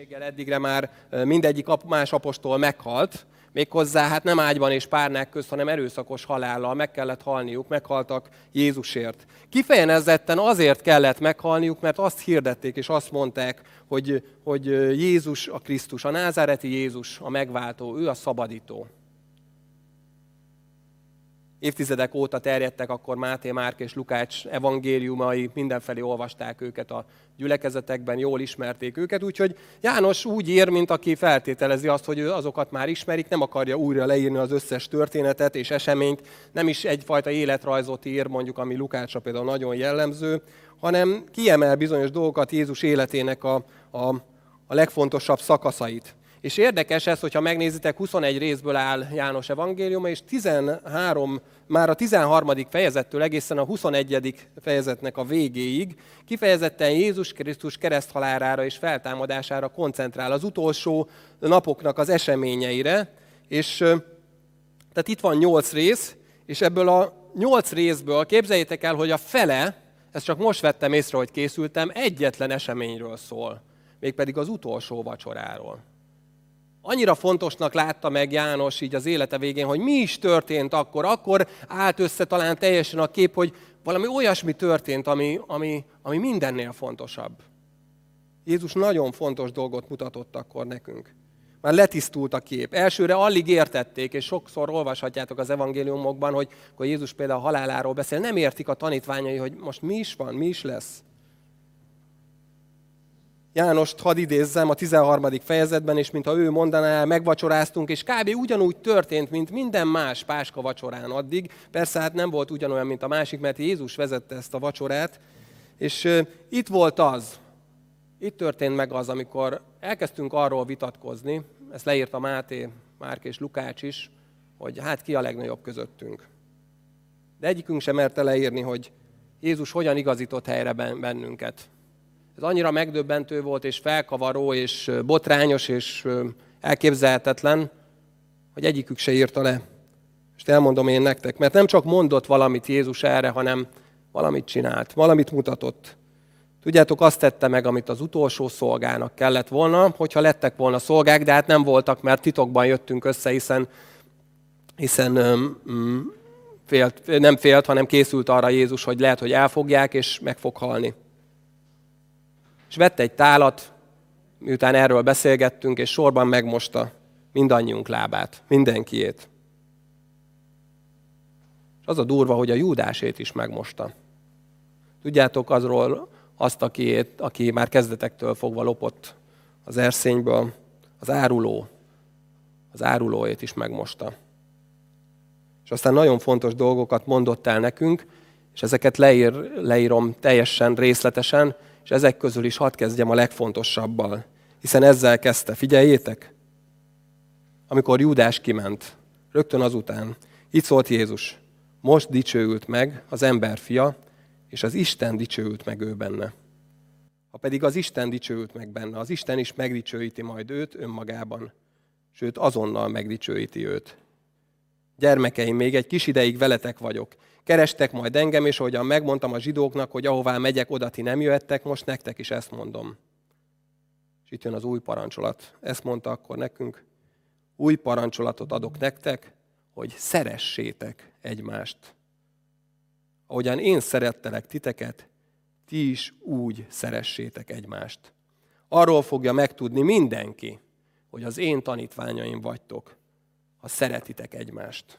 teljességgel eddigre már mindegyik más apostol meghalt, méghozzá hát nem ágyban és párnák közt, hanem erőszakos halállal meg kellett halniuk, meghaltak Jézusért. Kifejezetten azért kellett meghalniuk, mert azt hirdették és azt mondták, hogy Jézus a Krisztus, a názáreti Jézus a megváltó, ő a szabadító. Évtizedek óta terjedtek akkor Máté, Márk és Lukács evangéliumai, mindenfelé olvasták őket a gyülekezetekben, jól ismerték őket, úgyhogy János úgy ír, mint aki feltételezi azt, hogy azokat már ismerik, nem akarja újra leírni az összes történetet és eseményt, nem is egyfajta életrajzot ír, mondjuk ami Lukácsra például nagyon jellemző, hanem kiemel bizonyos dolgokat Jézus életének a legfontosabb szakaszait. És érdekes ez, hogyha megnézitek, 21 részből áll János evangéliuma, és már a 13. fejezettől egészen a 21. fejezetnek a végéig kifejezetten Jézus Krisztus kereszthalálára és feltámadására koncentrál, az utolsó napoknak az eseményeire. És tehát itt van 8 rész, és ebből a 8 részből képzeljétek el, hogy a fele, ezt csak most vettem észre, hogy készültem, egyetlen eseményről szól, mégpedig az utolsó vacsoráról. Annyira fontosnak látta meg János így az élete végén, hogy mi is történt akkor. Akkor állt össze talán teljesen a kép, hogy valami olyasmi történt, ami mindennél fontosabb. Jézus nagyon fontos dolgot mutatott akkor nekünk. Már letisztult a kép. Elsőre alig értették, és sokszor olvashatjátok az evangéliumokban, hogy akkor Jézus például a haláláról beszél. Nem értik a tanítványai, hogy most mi is van, mi is lesz. Jánost hadd idézzem a 13. fejezetben, és mintha ő mondaná el, megvacsoráztunk, és kb. Ugyanúgy történt, mint minden más Páska vacsorán addig. Persze hát nem volt ugyanolyan, mint a másik, mert Jézus vezette ezt a vacsorát. És itt volt az, itt történt meg az, amikor elkezdtünk arról vitatkozni, ezt leírta Máté, Márk és Lukács is, hogy hát ki a legnagyobb közöttünk. De egyikünk sem merte leírni, hogy Jézus hogyan igazított helyre bennünket. Ez annyira megdöbbentő volt, és felkavaró, és botrányos, és elképzelhetetlen, hogy egyikük se írta le. És elmondom én nektek, mert nem csak mondott valamit Jézus erre, hanem valamit csinált, valamit mutatott. Tudjátok, azt tette meg, amit az utolsó szolgának kellett volna, hogyha lettek volna szolgák, de hát nem voltak, mert titokban jöttünk össze, hiszen nem félt, hanem készült arra Jézus, hogy lehet, hogy elfogják, és meg fog halni. És vett egy tálat, miután erről beszélgettünk, és sorban megmosta mindannyiunk lábát, mindenkiét. És az a durva, hogy a Júdásét is megmosta. Tudjátok azról azt, aki már kezdetektől fogva lopott az erszényből, az árulóét is megmosta. És aztán nagyon fontos dolgokat mondott el nekünk, és ezeket leírom teljesen részletesen, és ezek közül is hadd kezdjem a legfontosabbal, hiszen ezzel kezdte. Figyeljétek! Amikor Júdás kiment, rögtön azután, így szólt Jézus, most dicsőült meg az ember fia, és az Isten dicsőült meg ő benne. Ha pedig az Isten dicsőült meg benne, az Isten is megdicsőíti majd őt önmagában, sőt azonnal megdicsőíti őt. Gyermekeim, még egy kis ideig veletek vagyok. Kerestek majd engem, és ahogyan megmondtam a zsidóknak, hogy ahová megyek, oda ti nem jöhettek, most nektek is ezt mondom. És itt jön az új parancsolat. Ezt mondta akkor nekünk. Új parancsolatot adok nektek, hogy szeressétek egymást. Ahogyan én szerettelek titeket, ti is úgy szeressétek egymást. Arról fogja megtudni mindenki, hogy az én tanítványaim vagytok, ha szeretitek egymást.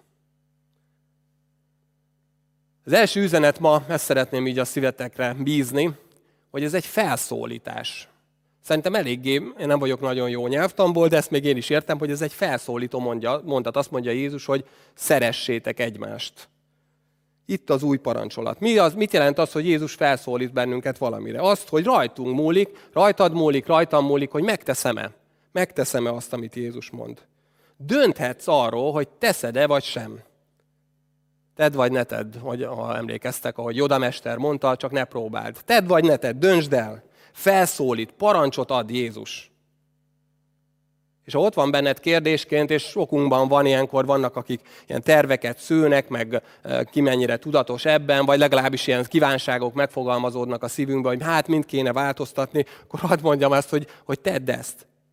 Az első üzenet ma, ezt szeretném így a szívetekre bízni, hogy ez egy felszólítás. Szerintem eléggé, én nem vagyok nagyon jó nyelvtanból, de ezt még én is értem, hogy ez egy felszólító mondat. Azt mondja Jézus, hogy szeressétek egymást. Itt az új parancsolat. Mit jelent az, hogy Jézus felszólít bennünket valamire? Azt, hogy rajtunk múlik, rajtad múlik, rajtam múlik, hogy megteszem-e. Megteszem-e azt, amit Jézus mond. Dönthetsz arról, hogy teszed-e vagy sem. Tedd vagy ne tedd, ha emlékeztek, ahogy Yoda mester mondta, csak ne próbáld. Tedd vagy ne tedd, döntsd el. Felszólít, parancsot ad Jézus. És ha ott van benned kérdésként, és sokunkban van ilyenkor, vannak, akik ilyen terveket szőnek, meg ki mennyire tudatos ebben, vagy legalábbis ilyen kívánságok megfogalmazódnak a szívünkben, hogy hát mind kéne változtatni, akkor hadd mondjam azt, hogy tedd ezt.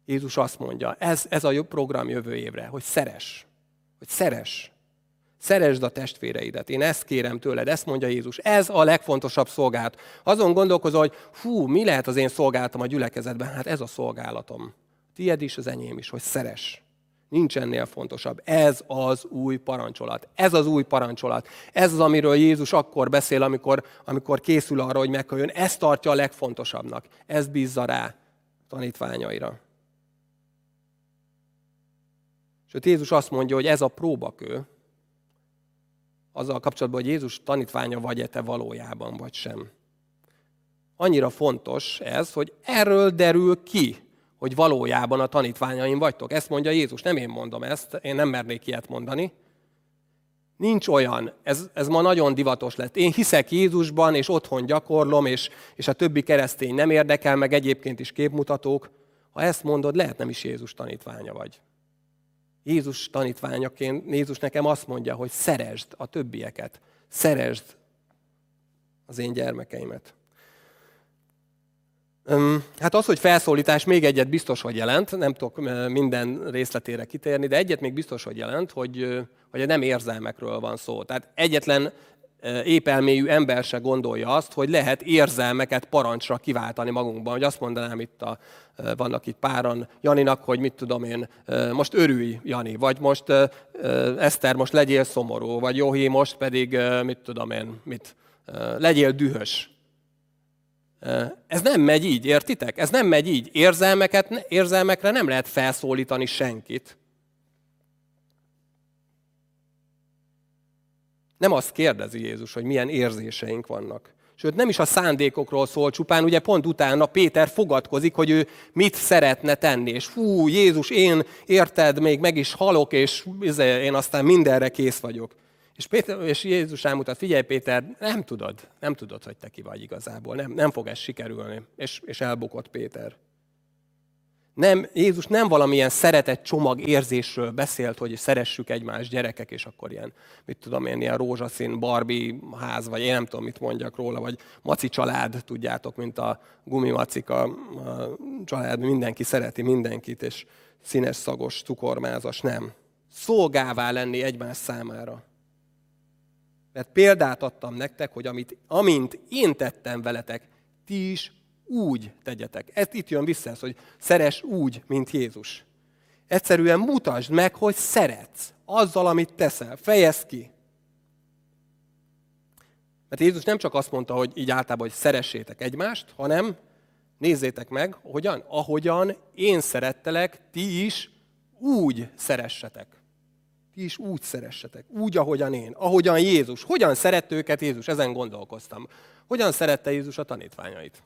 Jézus azt mondja, ez a jobb program jövő évre, hogy szeress. Hogy szeress. Szeresd a testvéreidet. Én ezt kérem tőled, ezt mondja Jézus. Ez a legfontosabb szolgálat. Azon gondolkozol, hogy mi lehet az én szolgálatom a gyülekezetben? Hát ez a szolgálatom. Tied is, az enyém is, hogy szeress. Nincs ennél fontosabb. Ez az új parancsolat. Ez az új parancsolat. Ez az, amiről Jézus akkor beszél, amikor készül arra, hogy meghaljon. Ezt tartja a legfontosabbnak. Ezt bízza rá tanítványaira. Sőt, Jézus azt mondja, hogy ez a próbakő, azzal kapcsolatban, hogy Jézus tanítványa vagy-e te valójában, vagy sem. Annyira fontos ez, hogy erről derül ki, hogy valójában a tanítványaim vagytok. Ezt mondja Jézus, nem én mondom ezt, én nem mernék ilyet mondani. Nincs olyan, ez ma nagyon divatos lett. Én hiszek Jézusban, és otthon gyakorlom, és a többi keresztény nem érdekel, meg egyébként is képmutatók. Ha ezt mondod, lehet nem is Jézus tanítványa vagy. Jézus tanítványaként, Jézus nekem azt mondja, hogy szeresd a többieket, szeresd az én gyermekeimet. Hát az, hogy felszólítás még egyet biztos, hogy jelent, nem tudok minden részletére kitérni, de egyet még biztos, hogy jelent, hogy nem érzelmekről van szó. Tehát egyetlen épelmélyű ember se gondolja azt, hogy lehet érzelmeket parancsra kiváltani magunkban. Hogy azt mondanám, vannak itt páran Janinak, hogy mit tudom én, most örülj, Jani, vagy most Eszter, most legyél szomorú, vagy Jóhi, most pedig mit tudom én, legyél dühös. Ez nem megy így, értitek? Ez nem megy így. Érzelmekre nem lehet felszólítani senkit. Nem azt kérdezi Jézus, hogy milyen érzéseink vannak. Sőt, nem is a szándékokról szól csupán, ugye pont utána Péter fogadkozik, hogy ő mit szeretne tenni. És Jézus, én érted, még meg is halok, és én aztán mindenre kész vagyok. És Jézus rámutat, figyelj Péter, nem tudod, hogy te ki vagy igazából, nem fog ez sikerülni. És elbukott Péter. Jézus nem valamilyen szeretett csomag érzésről beszélt, hogy szeressük egymást gyerekek, és akkor ilyen rózsaszín Barbie ház, vagy én nem tudom, mit mondjak róla, vagy maci család, tudjátok, mint a gumimacik, a család, mindenki szereti mindenkit, és színes, szagos, cukormázas, nem. Szolgává lenni egymás számára. Mert példát adtam nektek, hogy amint én tettem veletek, ti is úgy tegyetek. Ez itt jön vissza, hogy szeress úgy, mint Jézus. Egyszerűen mutasd meg, hogy szeretsz azzal, amit teszel. Fejezd ki. Mert Jézus nem csak azt mondta, hogy így általában, hogy szeressétek egymást, hanem nézzétek meg, ahogyan én szerettelek, ti is úgy szeressetek. Ti is úgy szeressetek, úgy, ahogyan én, ahogyan Jézus. Hogyan szerette őket Jézus? Ezen gondolkoztam. Hogyan szerette Jézus a tanítványait?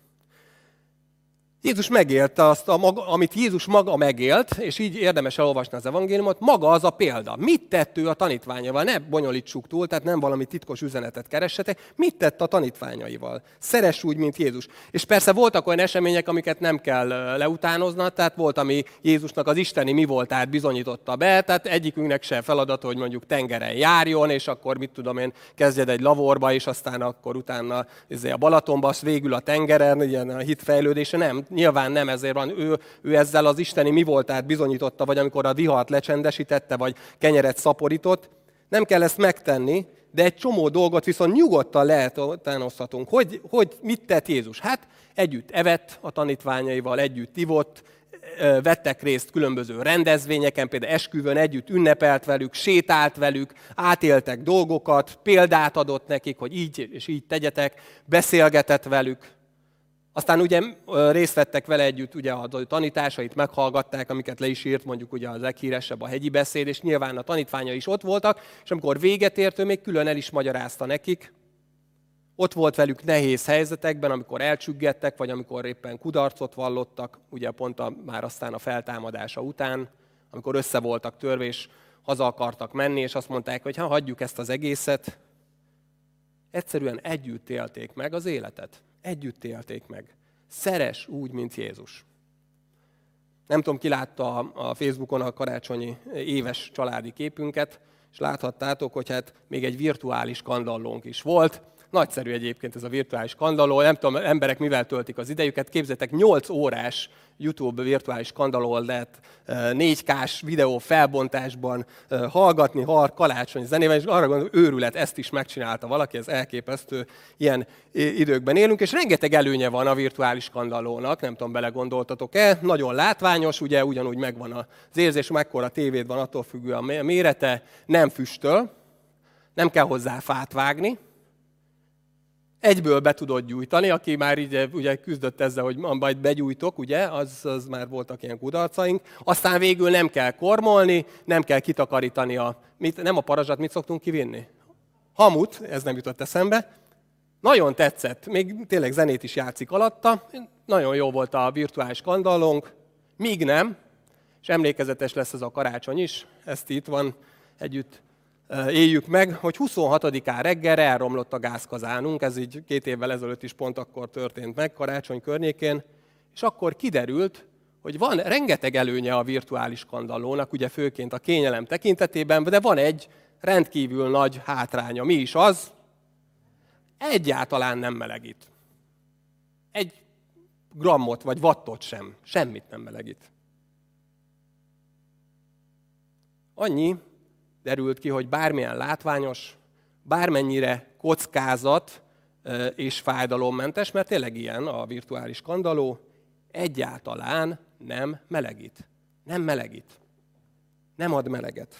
Jézus megélte azt, amit Jézus maga megélt, és így érdemes elolvasni az evangéliumot, maga az a példa. Mit tett ő a tanítványaival? Ne bonyolítsuk túl, tehát nem valami titkos üzenetet keressetek. Mit tett a tanítványaival? Szeress úgy, mint Jézus. És persze voltak olyan események, amiket nem kell leutánozni, tehát volt, ami Jézusnak az isteni mi voltát bizonyította be, tehát egyikünknek se feladata, hogy mondjuk tengeren járjon, és akkor mit tudom én, kezdjed egy lavorba, és aztán akkor utána a Balatonba, az végül a tengeren, ilyen a hitfejlődése, nem. Nyilván nem, ezért van, ő ezzel az isteni mi voltát bizonyította, vagy amikor a vihart lecsendesítette, vagy kenyeret szaporított. Nem kell ezt megtenni, de egy csomó dolgot viszont nyugodtan leutánoszthatunk. Hogy mit tett Jézus? Hát együtt evett a tanítványaival, együtt ivott, vettek részt különböző rendezvényeken, például esküvőn együtt ünnepelt velük, sétált velük, átéltek dolgokat, példát adott nekik, hogy így és így tegyetek, beszélgetett velük. Aztán ugye részt vettek vele együtt, ugye a tanításait meghallgatták, amiket le is írt, mondjuk ugye az leghíresebb a hegyi beszéd, és nyilván a tanítványai is ott voltak, és amikor véget ért, ő még külön el is magyarázta nekik. Ott volt velük nehéz helyzetekben, amikor elcsüggettek, vagy amikor éppen kudarcot vallottak, ugye pont már aztán a feltámadása után, amikor össze voltak törve, és haza akartak menni, és azt mondták, hogy hagyjuk ezt az egészet. Egyszerűen együtt élték meg az életet. Együtt élték meg. Szeress úgy, mint Jézus. Nem tudom, ki látta a Facebookon a karácsonyi éves családi képünket, és láthattátok, hogy hát még egy virtuális kandallónk is volt. Nagyszerű egyébként ez a virtuális kandalló, nem tudom, emberek mivel töltik az idejüket. Képzeljétek, 8 órás YouTube virtuális kandalló lehet 4K-s videó felbontásban hallgatni, karácsonyi zenével, és arra gondolom, őrület, ezt is megcsinálta valaki, ez elképesztő, ilyen időkben élünk, és rengeteg előnye van a virtuális kandallónak, nem tudom, belegondoltatok-e, nagyon látványos, ugye ugyanúgy megvan az érzés, mekkora tévéd van, attól függő a mérete, nem füstöl, nem kell hozzá fát vágni, egyből be tudod gyújtani, aki már így, ugye küzdött ezzel, hogy majd begyújtok, ugye, az már voltak ilyen kudarcaink. Aztán végül nem kell kormolni, nem kell kitakarítani nem a parazsat, mit szoktunk kivinni? Hamut, ez nem jutott eszembe. Nagyon tetszett, még tényleg zenét is játszik alatta, nagyon jó volt a virtuális kandallónk, míg nem, és emlékezetes lesz ez a karácsony is, ezt itt van együtt. Éljük meg, hogy 26-án reggelre elromlott a gázkazánunk, ez így 2 évvel ezelőtt is pont akkor történt meg, karácsony környékén, és akkor kiderült, hogy van rengeteg előnye a virtuális kandallónak, ugye főként a kényelem tekintetében, de van egy rendkívül nagy hátránya. Mi is az? Egyáltalán nem melegít. 1 grammot vagy wattot sem, semmit nem melegít. Annyi derült ki, hogy bármilyen látványos, bármennyire kockázat és fájdalommentes, mert tényleg ilyen a virtuális kandalló, egyáltalán nem melegít. Nem melegít. Nem ad meleget.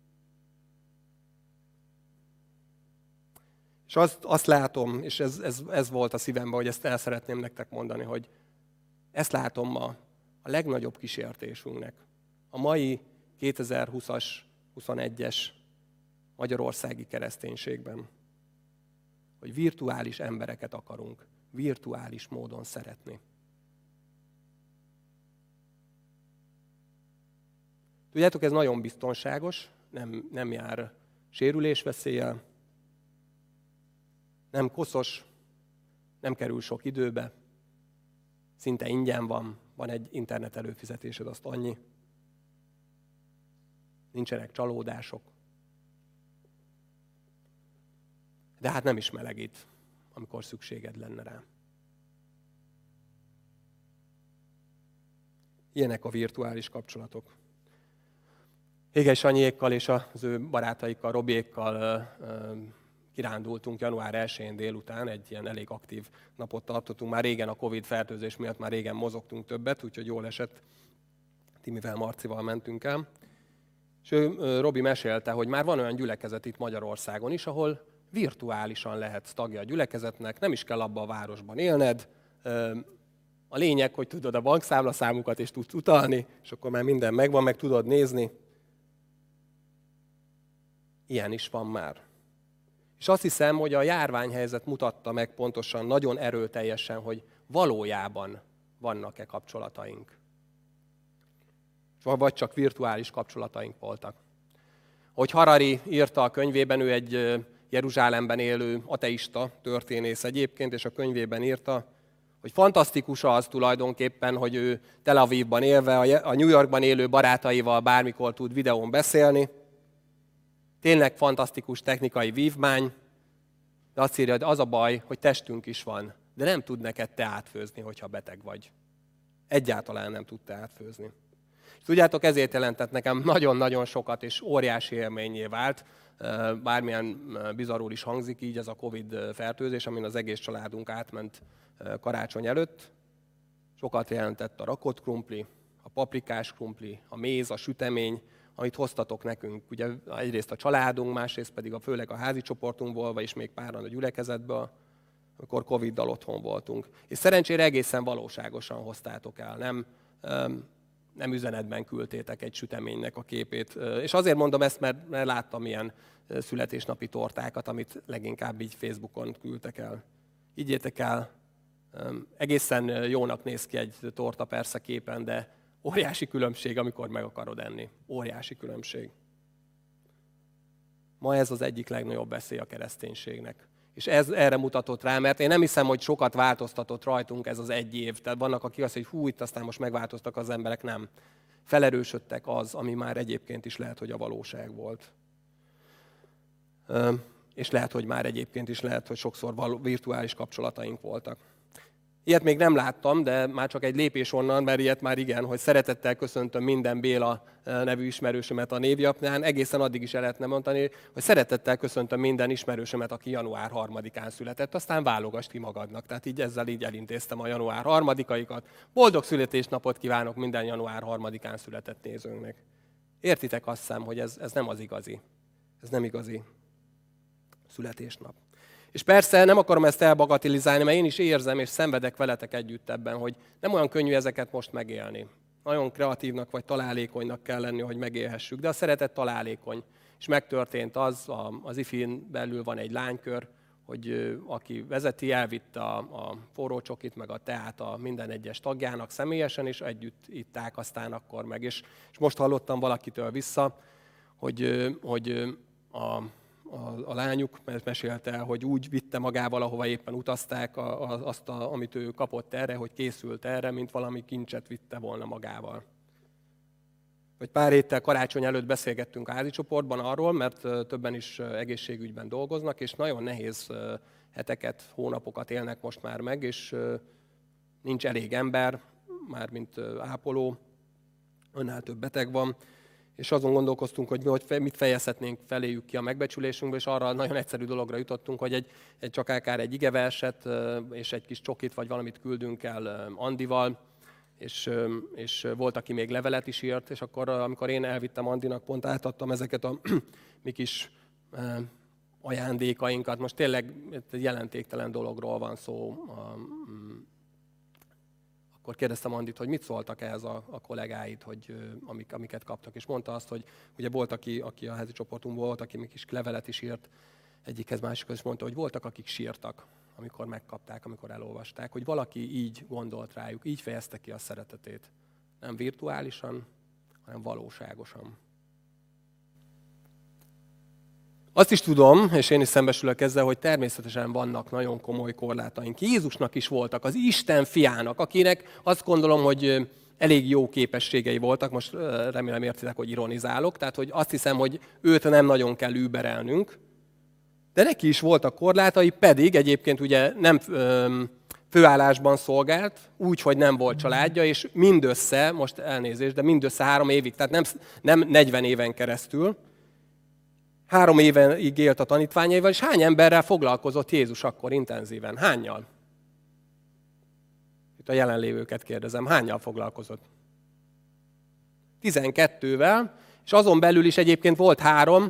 És azt látom, és ez volt a szívemben, hogy ezt el szeretném nektek mondani, hogy ezt látom ma a legnagyobb kísértésünknek. A mai 2020-as 21-es magyarországi kereszténységben, hogy virtuális embereket akarunk virtuális módon szeretni. Tudjátok, ez nagyon biztonságos, nem jár sérülésveszéllyel, nem koszos, nem kerül sok időbe, szinte ingyen van egy internet előfizetésed, azt annyi. Nincsenek csalódások. De hát nem is melegít, amikor szükséged lenne rá. Ilyenek a virtuális kapcsolatok. Éges Sanyiékkal és az ő barátaikkal, Robiékkal kirándultunk január 1-én délután, egy ilyen elég aktív napot tartottunk. Már régen a Covid fertőzés miatt már régen mozogtunk többet, úgyhogy jól esett. Timivel, Marcival mentünk el. És Robi mesélte, hogy már van olyan gyülekezet itt Magyarországon is, ahol virtuálisan lehetsz tagja a gyülekezetnek, nem is kell abba a városban élned. A lényeg, hogy tudod a bankszámlaszámunkat és tudsz utalni, és akkor már minden megvan, meg tudod nézni. Ilyen is van már. És azt hiszem, hogy a járványhelyzet mutatta meg pontosan, nagyon erőteljesen, hogy valójában vannak-e kapcsolataink. Vagy csak virtuális kapcsolataink voltak. Ahogy Harari írta a könyvében, ő egy Jeruzsálemben élő ateista történész egyébként, és a könyvében írta, hogy fantasztikus az tulajdonképpen, hogy ő Tel Avivban élve, a New Yorkban élő barátaival bármikor tud videón beszélni. Tényleg fantasztikus technikai vívmány, de azt írja, hogy az a baj, hogy testünk is van, de nem tud neked teát főzni, hogyha beteg vagy. Egyáltalán nem tud teát főzni. És tudjátok, ezért jelentett nekem nagyon-nagyon sokat, és óriási élményé vált, bármilyen bizarrul is hangzik így ez a Covid fertőzés, amin az egész családunk átment karácsony előtt. Sokat jelentett a rakott krumpli, a paprikás krumpli, a méz, a sütemény, amit hoztatok nekünk. Ugye egyrészt a családunk, másrészt pedig főleg a házi csoportunkból, és még páran a gyülekezetből, amikor Covid-dal otthon voltunk. És szerencsére egészen valóságosan hoztátok el, nem üzenetben küldtétek egy süteménynek a képét. És azért mondom ezt, mert láttam ilyen születésnapi tortákat, amit leginkább így Facebookon küldtek el. Higgyétek el, egészen jónak néz ki egy torta persze képen, de óriási különbség, amikor meg akarod enni. Óriási különbség. Ma ez az egyik legnagyobb veszély a kereszténységnek. És ez erre mutatott rá, mert én nem hiszem, hogy sokat változtatott rajtunk ez az egy év. Tehát vannak, akik azt mondják, hogy hú, itt aztán most megváltoztak az emberek, nem. Felerősödtek az, ami már egyébként is lehet, hogy a valóság volt. és lehet, hogy már egyébként is lehet, hogy sokszor virtuális kapcsolataink voltak. Ilyet még nem láttam, de már csak egy lépés onnan, mert ilyet már igen, hogy szeretettel köszöntöm minden Béla nevű ismerősömet a névjapján, egészen addig is el lehetne mondani, hogy szeretettel köszöntöm minden ismerősömet, aki január 3-án született, aztán válogass ki magadnak. Tehát így ezzel így elintéztem a január 3-aikat. Boldog születésnapot kívánok minden január 3-án született nézőnknek. Értitek, azt hiszem, hogy ez nem az igazi. Ez nem igazi születésnap. És persze nem akarom ezt elbagatilizálni, mert én is érzem és szenvedek veletek együtt ebben, hogy nem olyan könnyű ezeket most megélni. Nagyon kreatívnak vagy találékonynak kell lenni, hogy megélhessük, de a szeretet találékony. És megtörtént az ifin belül van egy lánykör, hogy aki vezeti, elvitte a forró csokit, meg a teát a minden egyes tagjának személyesen, és együtt itták aztán akkor meg. És most hallottam valakitől vissza, hogy a lányuk mesélte el, hogy úgy vitte magával, ahova éppen utazták azt, amit ő kapott erre, hogy készült erre, mint valami kincset vitte volna magával. Vagy pár héttel karácsony előtt beszélgettünk a házi csoportban arról, mert többen is egészségügyben dolgoznak, és nagyon nehéz heteket, hónapokat élnek most már meg, és nincs elég ember, mármint ápoló, önnál több beteg van, és azon gondolkoztunk, hogy mit fejezhetnénk feléjük ki a megbecsülésünkbe, és arra nagyon egyszerű dologra jutottunk, hogy csak akár egy igeverset és egy kis csokit, vagy valamit küldünk el Andival, és volt, aki még levelet is írt, és akkor, amikor én elvittem Andinak, pont átadtam ezeket a mi kis ajándékainkat. Most tényleg egy jelentéktelen dologról van szó. Akkor kérdeztem Andit, hogy mit szóltak ehhez a kollégáid, hogy amiket kaptak, és mondta azt, hogy ugye volt, aki a házi csoportunkból volt, aki még kis levelet is írt egyikhez, másikhoz, és mondta, hogy voltak, akik sírtak, amikor megkapták, amikor elolvasták, hogy valaki így gondolt rájuk, így fejezte ki a szeretetét. Nem virtuálisan, hanem valóságosan. Azt is tudom, és én is szembesülök ezzel, hogy természetesen vannak nagyon komoly korlátaink. Jézusnak is voltak, az Isten fiának, akinek azt gondolom, hogy elég jó képességei voltak, most remélem értitek, hogy ironizálok, tehát hogy azt hiszem, hogy őt nem nagyon kell überelnünk, de neki is voltak korlátai, pedig egyébként ugye nem főállásban szolgált, úgy, hogy nem volt családja, és mindössze, most elnézést, de mindössze 3 évig, tehát nem 40 éven keresztül, 3 évig élt a tanítványaival, és hány emberrel foglalkozott Jézus akkor intenzíven? Hánnyal? Itt a jelenlévőket kérdezem, hánnyal foglalkozott? 12-vel, és azon belül is egyébként volt 3,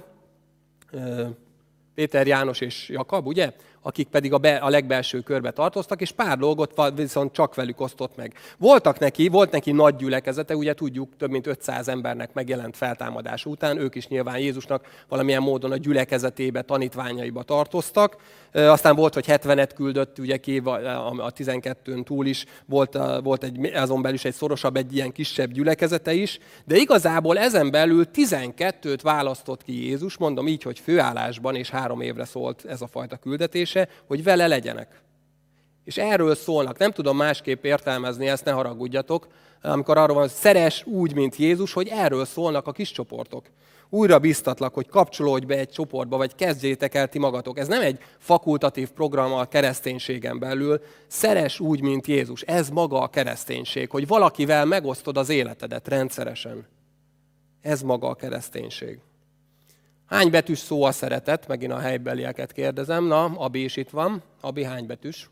Péter, János és Jakab, ugye? Akik pedig a legbelső körbe tartoztak, és pár dolgot viszont csak velük osztott meg. Volt neki nagy gyülekezete, ugye tudjuk, több mint 500 embernek megjelent feltámadás után, ők is nyilván Jézusnak valamilyen módon a gyülekezetébe, tanítványaiba tartoztak. Aztán volt, hogy 70-et küldött, ugye ki a 12-ön túl is, volt azon belül is egy szorosabb, egy ilyen kisebb gyülekezete is, de igazából ezen belül 12-t választott ki Jézus, mondom így, hogy főállásban, és 3 évre szólt ez a fajta küldetése, hogy vele legyenek. És erről szólnak, nem tudom másképp értelmezni ezt, ne haragudjatok, amikor arról van, hogy szeress úgy, mint Jézus, hogy erről szólnak a kis csoportok. Újra biztatlak, hogy kapcsolódj be egy csoportba, vagy kezdjétek el ti magatok. Ez nem egy fakultatív program a kereszténységen belül. Szeress úgy, mint Jézus. Ez maga a kereszténység, hogy valakivel megosztod az életedet rendszeresen. Ez maga a kereszténység. Hány betűs szó a szeretet? Megint a helybelieket kérdezem. Na, Abi is itt van. Abi, hány betűs?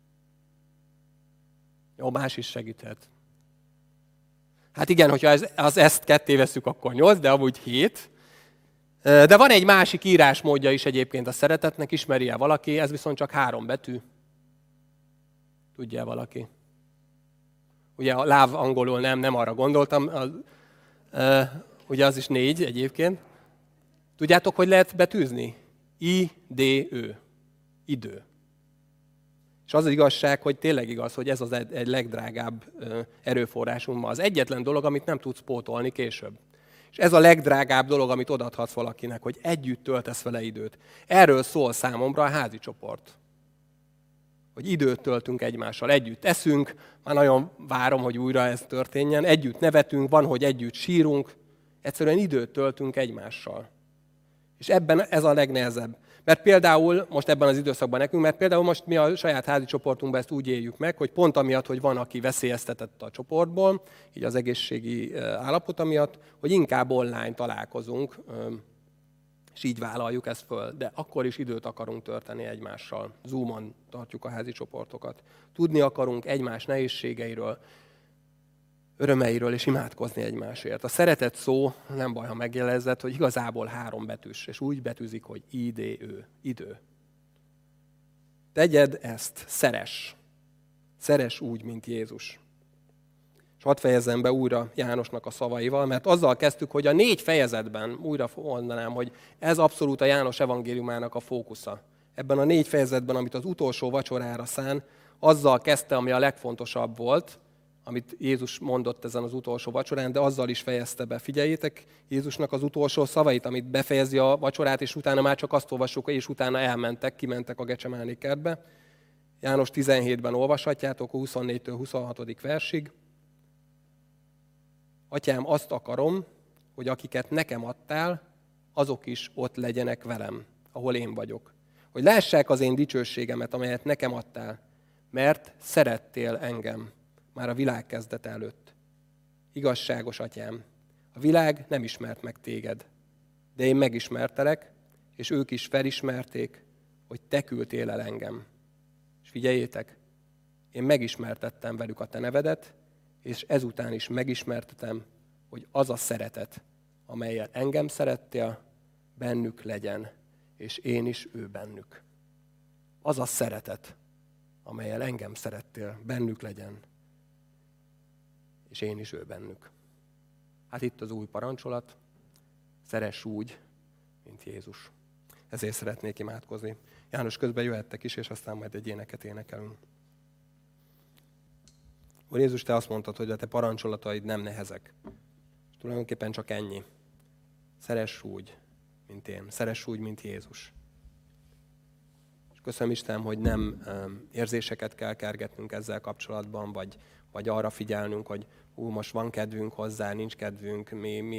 Jó, más is segíthet. Hát igen, hogyha ezt ketté veszük, akkor 8, de amúgy 7. De van egy másik írásmódja is egyébként a szeretetnek, ismeri-e valaki? Ez viszont csak 3 betű. Tudja valaki? Ugye a love angolul nem arra gondoltam. Ugye az is 4 egyébként. Tudjátok, hogy lehet betűzni? I-D-Ö. Idő. És az igazság, hogy tényleg igaz, hogy ez az egy legdrágább erőforrásunk ma. Az egyetlen dolog, amit nem tudsz pótolni később. És ez a legdrágább dolog, amit odaadhatsz valakinek, hogy együtt töltesz vele időt. Erről szól számomra a házi csoport. Hogy időt töltünk egymással, együtt eszünk, már nagyon várom, hogy újra ez történjen, együtt nevetünk, van, hogy együtt sírunk, egyszerűen időt töltünk egymással. És ebben ez a legnehezebb. Mert például most ebben az időszakban nekünk, mert például most mi a saját házi csoportunkban ezt úgy éljük meg, hogy pont amiatt, hogy van, aki veszélyeztetett a csoportból, így az egészségi állapota miatt, hogy inkább online találkozunk, és így vállaljuk ezt föl. De akkor is időt akarunk tölteni egymással. Zoomon tartjuk a házi csoportokat. Tudni akarunk egymás nehézségeiről, örömeiről, és imádkozni egymásért. A szeretet szó, nem baj, ha megjelezett, hogy igazából 3 betűs, és úgy betűzik, hogy idő. Tegyed ezt, szeress. Szeress úgy, mint Jézus. És hadd fejezzem be újra Jánosnak a szavaival, mert azzal kezdtük, hogy a 4 fejezetben, újra mondanám, hogy ez abszolút a János evangéliumának a fókusza. Ebben a 4 fejezetben, amit az utolsó vacsorára szán, azzal kezdte, ami a legfontosabb volt, amit Jézus mondott ezen az utolsó vacsorán, de azzal is fejezte be. Figyeljétek Jézusnak az utolsó szavait, amit befejezi a vacsorát, és utána már csak azt olvassuk, és utána kimentek a Gecsemáné kertbe. János 17-ben olvashatjátok, 24-től 26. versig. Atyám, azt akarom, hogy akiket nekem adtál, azok is ott legyenek velem, ahol én vagyok. Hogy lássák az én dicsőségemet, amelyet nekem adtál, mert szerettél engem már a világ kezdete előtt. Igazságos atyám, a világ nem ismert meg téged, de én megismertelek, és ők is felismerték, hogy te küldtél el engem. És figyeljétek, én megismertettem velük a te nevedet, és ezután is megismertetem, hogy az a szeretet, amellyel engem szerettél, bennük legyen, és én is ő bennük. Az a szeretet, amellyel engem szerettél, bennük legyen, és én is ő bennük. Hát itt az új parancsolat, szeress úgy, mint Jézus. Ezért szeretnék imádkozni. János, közben jöhettek is, és aztán majd egy éneket énekelünk. Úr Jézus, te azt mondtad, hogy a te parancsolataid nem nehezek. És tulajdonképpen csak ennyi. Szeress úgy, mint én. Szeress úgy, mint Jézus. És köszönöm Istenem, hogy nem érzéseket kell kergetnünk ezzel kapcsolatban, vagy arra figyelnünk, hogy most van kedvünk hozzá, nincs kedvünk,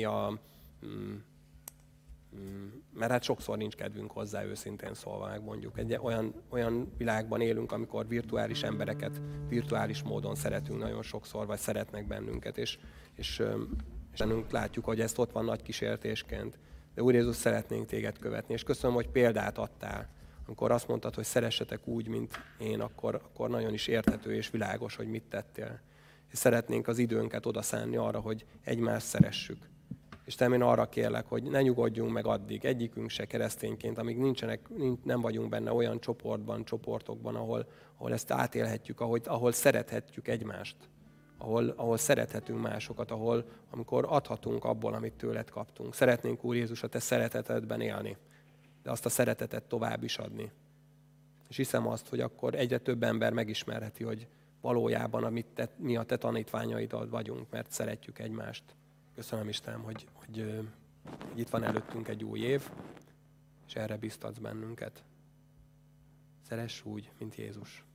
mert hát sokszor nincs kedvünk hozzá, őszintén szólva megmondjuk. Egy olyan világban élünk, amikor virtuális embereket virtuális módon szeretünk nagyon sokszor, vagy szeretnek bennünket, és bennünk látjuk, hogy ezt ott van nagy kísértésként. De Úr Jézus, szeretnénk téged követni, és köszönöm, hogy példát adtál. Amikor azt mondtad, hogy szeressetek úgy, mint én, akkor nagyon is érthető és világos, hogy mit tettél. És szeretnénk az időnket odaszánni arra, hogy egymást szeressük. És te én arra kérlek, hogy ne nyugodjunk meg addig, egyikünk se keresztényként, amíg nem vagyunk benne olyan csoportokban, ahol ezt átélhetjük, ahol szerethetjük egymást, ahol szerethetünk másokat, amikor adhatunk abból, amit tőled kaptunk. Szeretnénk, Úr Jézus, a te szeretetedben élni, de azt a szeretetet tovább is adni. És hiszem azt, hogy akkor egyre több ember megismerheti, hogy valójában mi a te tanítványaid vagyunk, mert szeretjük egymást. Köszönöm Istenem, hogy itt van előttünk egy új év, és erre biztatsz bennünket. Szeress úgy, mint Jézus.